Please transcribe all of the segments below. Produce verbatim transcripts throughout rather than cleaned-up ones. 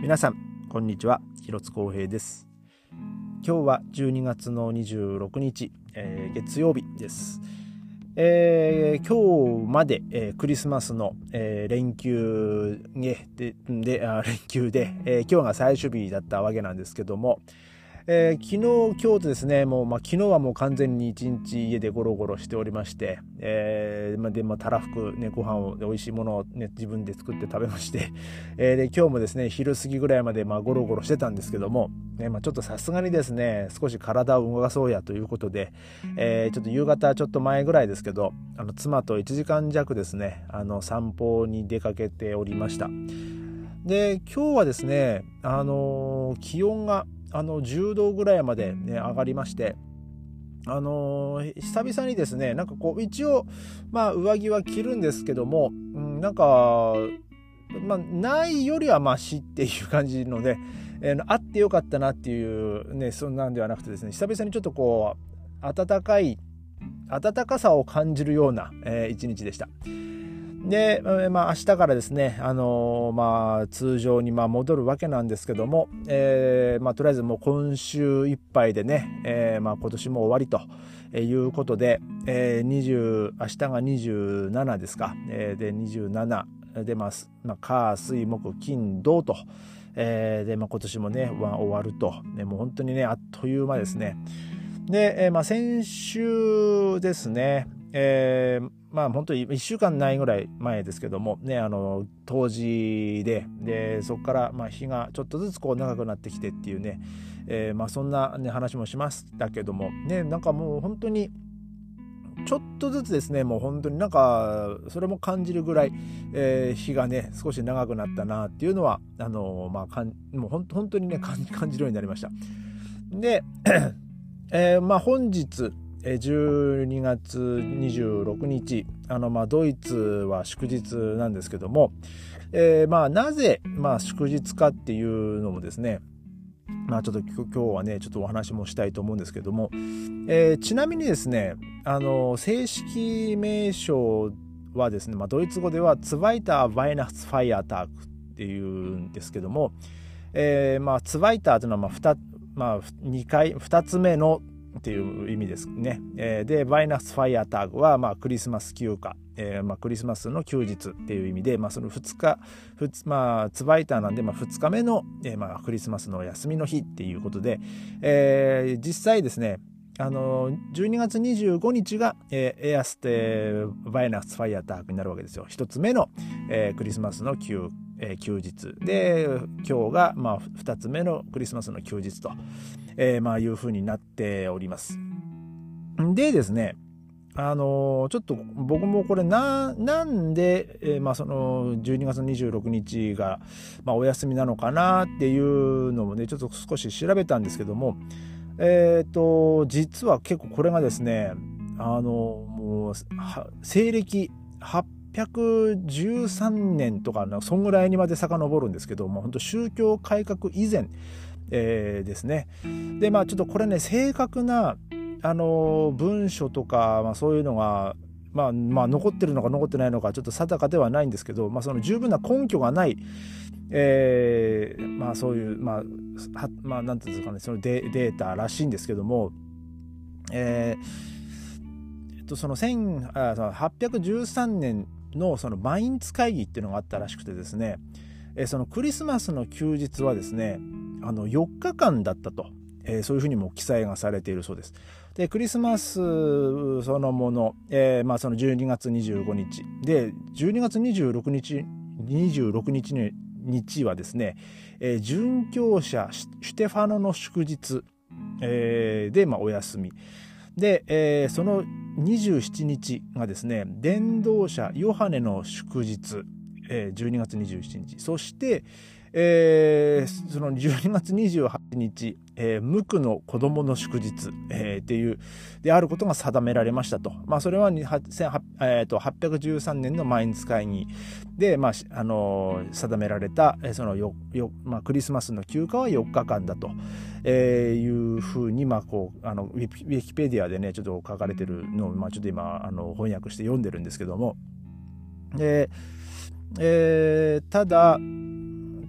皆さんこんにちは、広津光平です。今日はじゅうにがつのにじゅうろくにち、えー、月曜日です。えー、今日まで、えー、クリスマスの、えー、連休ででであ連休で、えー、今日が最終日だったわけなんですけども、えー、昨日今日とですね、もう、まあ、昨日はもう完全に一日家でゴロゴロしておりまして、えーまあ、で、まあ、たらふく、ね、ご飯を美味しいものを、ね、自分で作って食べまして、えー、で今日もですね昼過ぎぐらいまで、まあ、ゴロゴロしてたんですけども、ねまあ、ちょっとさすがにですね少し体を動かそうやということで、えー、ちょっと夕方ちょっと前ぐらいですけど、あの妻といちじかんじゃくですねあの散歩に出かけておりました。で今日はですね、あのー、気温があのじゅうどぐらいまで、ね、上がりまして、あのー、久々にですねなんかこう一応、まあ、上着は着るんですけども、うん、なんか、まあ、ないよりはマシっていう感じので、えー、あってよかったなっていうね、そんなんではなくてですね、久々にちょっとこう暖かい暖かさを感じるような、えー、一日でした。で、まあ、明日からですね、あのーまあ、通常にまあ戻るわけなんですけども、えーまあ、とりあえずもう今週いっぱいでね、えーまあ、今年も終わりということで、えー、にじゅう明日がにじゅうななですか、えー、でにじゅうななで、まあまあ、火水木金土と、えーでまあ、今年もね、まあ、終わると、ね、もう本当にねあっという間ですね。で、えーまあ、先週ですね、えー、まあ本当にいっしゅうかんないぐらい前ですけどもね、あの冬至で、でそこからまあ日がちょっとずつこう長くなってきてっていうね、えー、まあそんな、ね、話もしましたけどもね、なんかもう本当にちょっとずつですね、もう本当になんかそれも感じるぐらい、えー、日がね少し長くなったなっていうのはあのまあかんもう本当にね感じるようになりました。でえー、まあ本日じゅうにがつにじゅうろくにち、あのまあドイツは祝日なんですけども、えー、まあなぜまあ祝日かっていうのもですね、まあちょっと今日はねちょっとお話もしたいと思うんですけども、えー、ちなみにですね、あの正式名称はですね、まあ、ドイツ語ではツバイター・バイナッツ・ファイアタークっていうんですけども、えー、まあツバイターというのはまあ 2, まあにかいふたつめのっていう意味ですね。えー、でバイナスファイアタグはまあクリスマス休暇、えーまあ、クリスマスの休日っていう意味で、まあ、そのふつかふつ、まあ、ツバイターなんで、まあ、ふつかめの、えーまあ、クリスマスの休みの日っていうことで、えー、実際ですねあのじゅうにがつにじゅうごにちが、えー、エアステバイナスファイアタークになるわけですよ。一つ目の、えー、クリスマスの休暇えー、休日で、今日がまあふたつめのクリスマスの休日と、えー、まあいう風になっております。でですね、あのー、ちょっと僕もこれななんで、えー、まあそのじゅうにがつにじゅうろくにちが、まあ、お休みなのかなっていうのもねちょっと少し調べたんですけども、えっと実は結構これがですね、あのもう西暦はっぴゃくじゅうさんねんとかそんぐらいにまで遡るんですけども、本当宗教改革以前、えー、ですね。でまあちょっとこれね正確なあの文書とか、まあ、そういうのが、まあ、まあ残ってるのか残ってないのかちょっと定かではないんですけど、まあ、その十分な根拠がない、えー、まあそういうまあはまあなんていうんですかね、その デ, データらしいんですけども、えー、えっとそのはっぴゃくじゅうさんねんのそのマインツ会議っていうのがあったらしくてですね、えー、そのクリスマスの休日はですねあのよっかかんだったと、えー、そういうふうにも記載がされているそうです。でクリスマスそのもの、えーまあ、そのじゅうにがつにじゅうごにちでじゅうにがつにじゅうろくにちにじゅうろくにち日はですね、えー、殉教者シュテファノの祝日、えー、で、まあ、お休みで、えー、そのにじゅうしちにちがですね伝道者ヨハネの祝日、えー、じゅうにがつにじゅうしちにち、そして、えー、そのじゅうにがつにじゅうはちにち、えー、無垢の子供の祝日、えー、っていうであることが定められましたと。まあそれははっぴゃくじゅうさんねんのマインツ会議で、まああのー、定められたそのよよ、まあ、クリスマスの休暇はよっかかんだと、えー、いうふうに、まあ、こうあのウィキ、ウィキペディアでねちょっと書かれてるのを、まあ、ちょっと今あの翻訳して読んでるんですけども、で、えー、ただ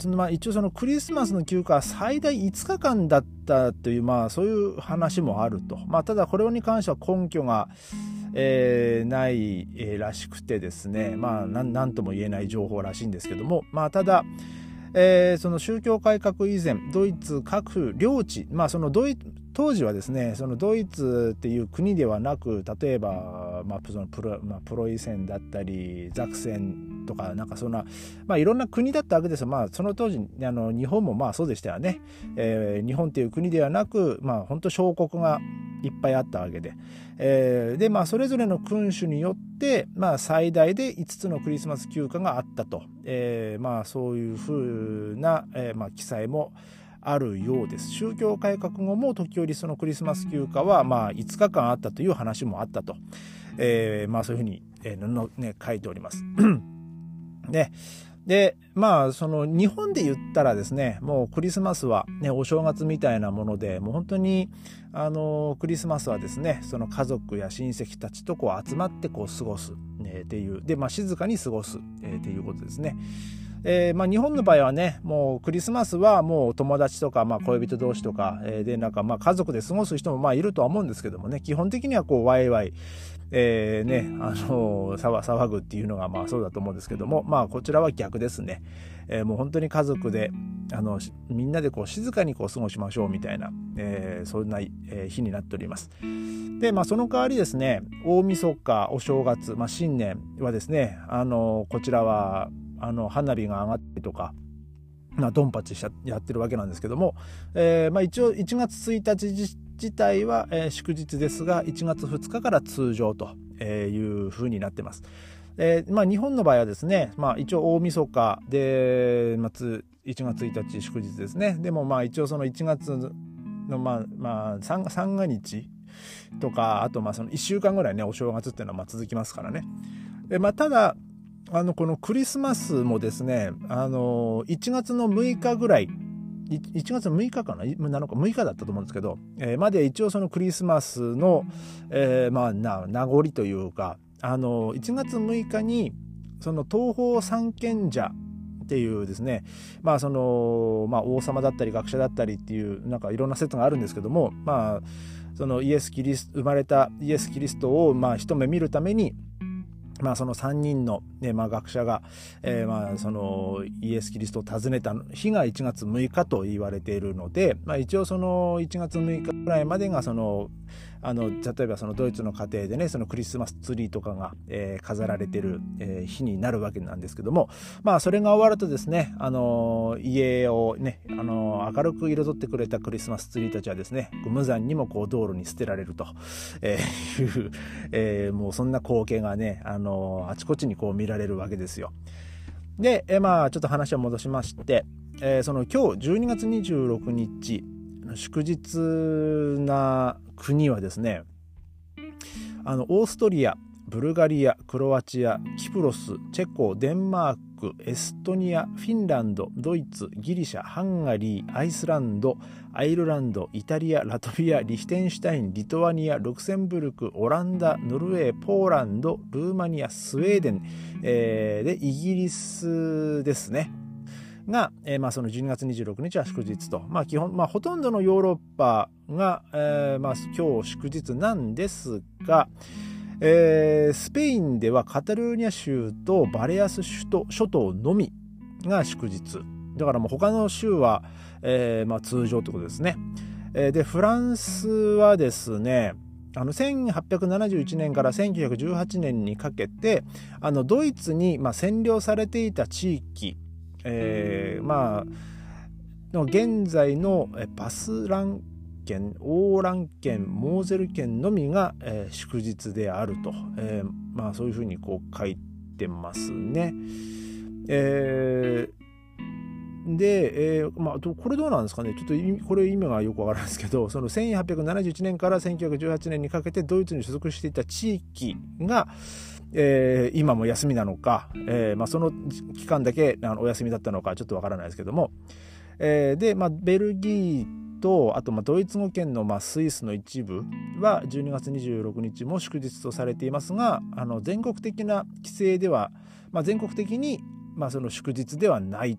そのまあ一応そのクリスマスの休暇は最大いつかかんだったという、まあそういう話もあると。まあただこれに関しては根拠が、えー、ない、えー、らしくてですね、まあなん、なんとも言えない情報らしいんですけども、まあただ、えー、その宗教改革以前、ドイツ各領地、まあそのドイ当時はですね、そのドイツっていう国ではなく、例えば、まあ、そのプロ、まあ、プロイセンだったり、ザクセンとか、なんかそんな、まあいろんな国だったわけですよ。まあその当時、あの日本もまあそうでしたよね。えー、日本っていう国ではなく、まあ本当小国がいっぱいあったわけで。えー、で、まあそれぞれの君主によって、まあ最大でいつつのクリスマス休暇があったと。えー、まあそういうふうな、えー、まあ記載もあるようです。宗教改革後も時折そのクリスマス休暇はまあいつかかんあったという話もあったと、えー、まあそういうふうに、えーのね、書いております。で、でまあその日本で言ったらですね、もうクリスマスはねお正月みたいなもので、もう本当にあのクリスマスはですね、その家族や親戚たちとこう集まってこう過ごす、ね、っていうで、まあ静かに過ごす、えー、っていうことですね。えーまあ、日本の場合はね、もうクリスマスはもう友達とか、まあ、恋人同士とか、えー、でなんかまあ家族で過ごす人もまあいるとは思うんですけどもね、基本的にはこうワイワイ、えーね、あのー、騒, 騒ぐっていうのがまあそうだと思うんですけども、まあこちらは逆ですね。えー、もう本当に家族であのみんなでこう静かにこう過ごしましょうみたいな、えー、そんな、えー、日になっております。で、まあその代わりですね、大晦日、お正月、まあ、新年はですね、あのー、こちらはあの花火が上がったりとか、まあ、ドンパチしやってるわけなんですけども、えーまあ、一応いちがつついたち自体は、えー、祝日ですが、いちがつふつかから通常というふうになってます。えーまあ、日本の場合はですね、まあ、一応大晦日で、まあ、いちがつついたち祝日ですね。でもまあ一応そのいちがつのまあまあ三が日とか、あとまあそのいっしゅうかんぐらいねお正月っていうのはまあ続きますからね。で、まあ、ただあのこのクリスマスもですね、あのいちがつのむいかぐらい、いちがつのむいかかな、なのかむいかだったと思うんですけど、えー、まで一応そのクリスマスの、えー、まあな名残というか、あのいちがつむいかにその東方三賢者っていうですね、まあそのまあ王様だったり学者だったりっていうなんかいろんな説があるんですけども、まあそのイエスキリス生まれたイエス・キリストをまあ一目見るために、まあ、そのさんにんの、ねまあ、学者が、えーまあ、そのイエス・キリストを訪ねた日がいちがつむいかと言われているので、まあ、一応そのいちがつむいかぐらいまでがそのあの例えばそのドイツの家庭でね、そのクリスマスツリーとかが、えー、飾られている、えー、日になるわけなんですけども、まあそれが終わるとですね、あの家をね、あの明るく彩ってくれたクリスマスツリーたちはですね、無残にもこう道路に捨てられると、えー、いう、えー、もうそんな光景がね、あのあちこちにこう見られるわけですよ。で、えー、まあちょっと話を戻しまして、えー、その今日じゅうにがつにじゅうろくにち祝日な国はですね、あのオーストリア、ブルガリア、クロアチア、キプロス、チェコ、デンマーク、エストニア、フィンランド、ドイツ、ギリシャ、ハンガリー、アイスランド、アイルランド、イタリア、ラトビア、リヒテンシュタイン、リトアニア、ルクセンブルク、オランダ、ノルウェー、ポーランド、ルーマニア、スウェーデン、えー、でイギリスですねが、えーまあ、そのじゅうにがつにじゅうろくにちは祝日と、まあ基本まあ、ほとんどのヨーロッパが、えーまあ、今日祝日なんですが、えー、スペインではカタルーニャ州とバレアス諸島、諸島のみが祝日だから、もう他の州は、えーまあ、通常ということですね。えー、でフランスはですね、あのせんはっぴゃくななじゅういちねんからせんきゅうひゃくじゅうはちねんにかけて、あのドイツにまあ占領されていた地域、えー、まあ現在のバスラン県、オーラン県、モーゼル県のみが、えー、祝日であると、えー、まあそういうふうにこう書いてますね。えー、で、えーまあ、これどうなんですかね、ちょっとこれ意味がよくわからないですけど、そのせんはっぴゃくななじゅういちねんからせんきゅうひゃくじゅうはちねんにかけてドイツに所属していた地域が、えー、今も休みなのか、えーまあ、その期間だけあのお休みだったのかちょっとわからないですけども、えー、で、まあ、ベルギーとあとまあドイツ語圏のまあスイスの一部はじゅうにがつにじゅうろくにちも祝日とされていますが、あの全国的な規制では、まあ、全国的にまあその祝日ではないと。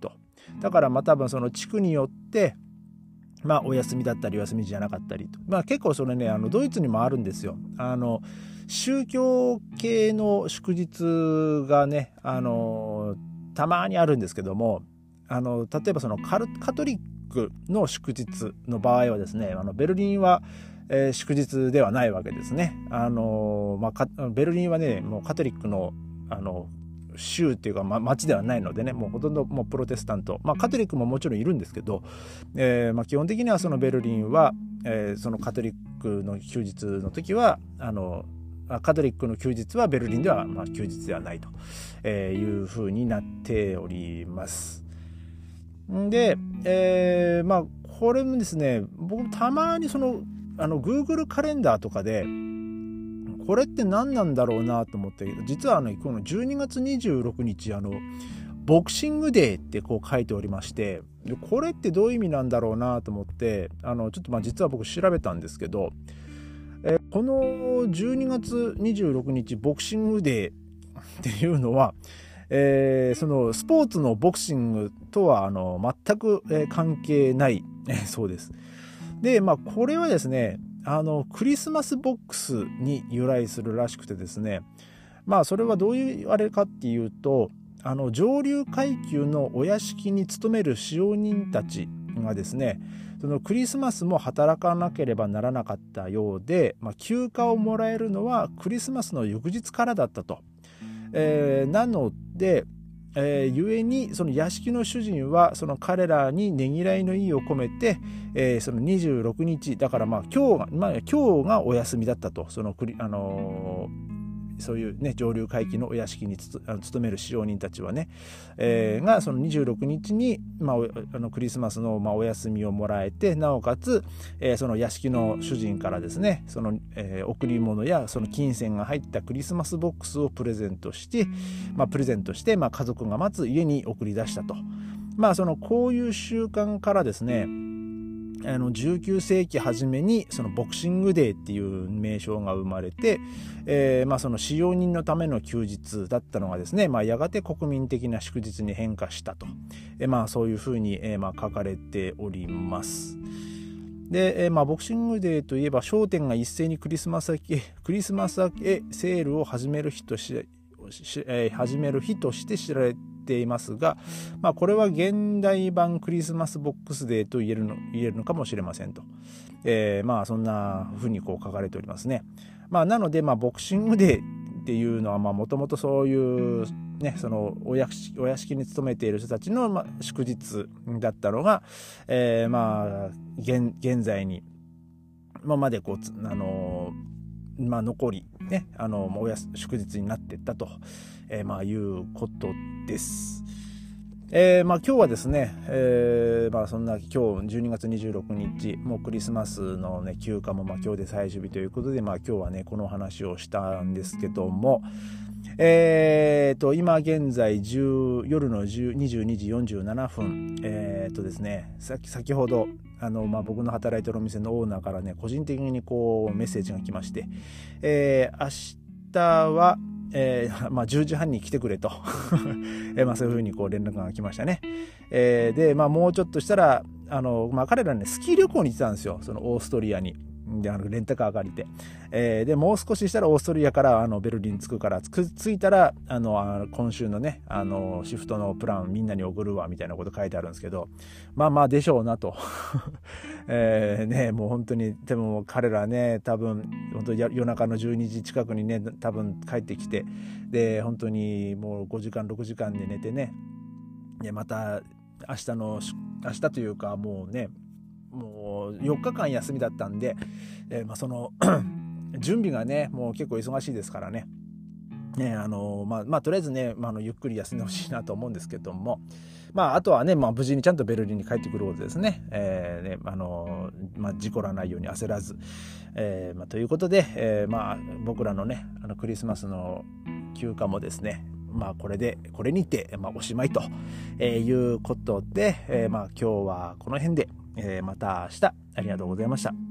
だからまあ多分その地区によってまあお休みだったりお休みじゃなかったりと、まあ結構それね、あのドイツにもあるんですよ。あの宗教系の祝日がね、あのたまにあるんですけども、あの例えばそのカルカトリックの祝日の場合はですね、あのベルリンは、えー、祝日ではないわけですね。あの、まあ、ベルリンはね、もうカトリックのあの州っていうか、ま、町ではないのでね、もうほとんどもうプロテスタント、まあ、カトリックももちろんいるんですけど、えーまあ、基本的にはそのベルリンは、えー、そのカトリックの休日の時はあのカトリックの休日はベルリンではまあ休日ではないというふうになっております。で、えー、まあこれもですね、僕たまにそのあの Google カレンダーとかでこれって何なんだろうなと思って、実はあのこのじゅうにがつにじゅうろくにちあのボクシングデーってこう書いておりまして、これってどういう意味なんだろうなと思って、あのちょっとまあ実は僕調べたんですけど、えこのじゅうにがつにじゅうろくにちボクシングデーっていうのは、えー、そのスポーツのボクシングとはあの全く、えー、関係ない、えー、そうです。で、まあこれはですね、あのクリスマスボックスに由来するらしくてですね、まあそれはどういうあれかっていうと、あの上流階級のお屋敷に勤める使用人たちがですね、そのクリスマスも働かなければならなかったようで、まあ、休暇をもらえるのはクリスマスの翌日からだったと。えー、なので、えー、故にその屋敷の主人はその彼らにねぎらいの意を込めて、えー、そのにじゅうろくにちだからまあ今日が、まあ、今日がお休みだったと、そのクリ、あのーそういうね上流階級のお屋敷につあの勤める使用人たちはね、えー、がそのにじゅうろくにちに、まあ、あのクリスマスの、まあ、お休みをもらえて、なおかつ、えー、その屋敷の主人からですね、その、えー、贈り物やその金銭が入ったクリスマスボックスをプレゼントして、まあ、プレゼントして、まあ、家族が待つ家に送り出したと。まあそのこういう習慣からですね、あのじゅうきゅうせいき初めにそのボクシングデーっていう名称が生まれて、えーまあ、その使用人のための休日だったのがですね、まあ、やがて国民的な祝日に変化したと、えーまあ、そういうふうに、えーまあ、書かれております。で、えーまあ、ボクシングデーといえば商店が一斉にクリスマス明けクリスマス明けセールを始める日とし、えー、始める日として知られてていますが、まあ、これは現代版クリスマスボックスデーと言えるの、言えるのかもしれませんと、えー、まあそんな風にこう書かれておりますね。まあなので、まあボクシングデーっていうのはまあもともとそういうね、そのお屋敷、お屋敷に勤めている人たちのまあ祝日だったのが、えー、まあ現現在にまあまでこうあのまあ残りね、あのおや祝日になっていったと、えー、まあいうことです。えー、まあ今日はですね、えー、まあそんな今日じゅうにがつにじゅうろくにちもうクリスマスのね休暇もまあ今日で最終日ということで、まあ今日はねこの話をしたんですけども、えーと今現在じゅう夜のにじゅうにじよんじゅうななふん、えーとですねさっき先ほどあの、まあ、僕の働いてるお店のオーナーからね個人的にこうメッセージが来まして、えー、明日はえーまあ、じゅうじはんに来てくれと、えーまあ、そういうふうにこう連絡が来ましたね。えー、で、まあ、もうちょっとしたらあの、まあ、彼らねスキー旅行に行ってたんですよ、そのオーストリアに。であのレンタカー借りて、えー、でもう少ししたらオーストリアからあのベルリン着くから着着いたらあのあ今週のねあのシフトのプランみんなに送るわみたいなこと書いてあるんですけど、まあまあでしょうなと、えー、ねもう本当にでも彼らね多分本当に夜中のじゅうにじ近くにね多分帰ってきて、で本当にもうごじかんろくじかんで寝てね、でまた明日の明日というかもうねもうよっかかん休みだったんで、えーまあ、その準備がねもう結構忙しいですからね、ねあのまあまあとりあえずね、まあ、あのゆっくり休んでほしいなと思うんですけども、まああとはね、まあ、無事にちゃんとベルリンに帰ってくることですね。えー、ねあのまあ、事故らないように焦らず、えーまあ、ということで、えーまあ、僕らのねあのクリスマスの休暇もですね、まあこれでこれにて、まあ、おしまいということで、えーまあ、今日はこの辺で。えー、また明日ありがとうございました。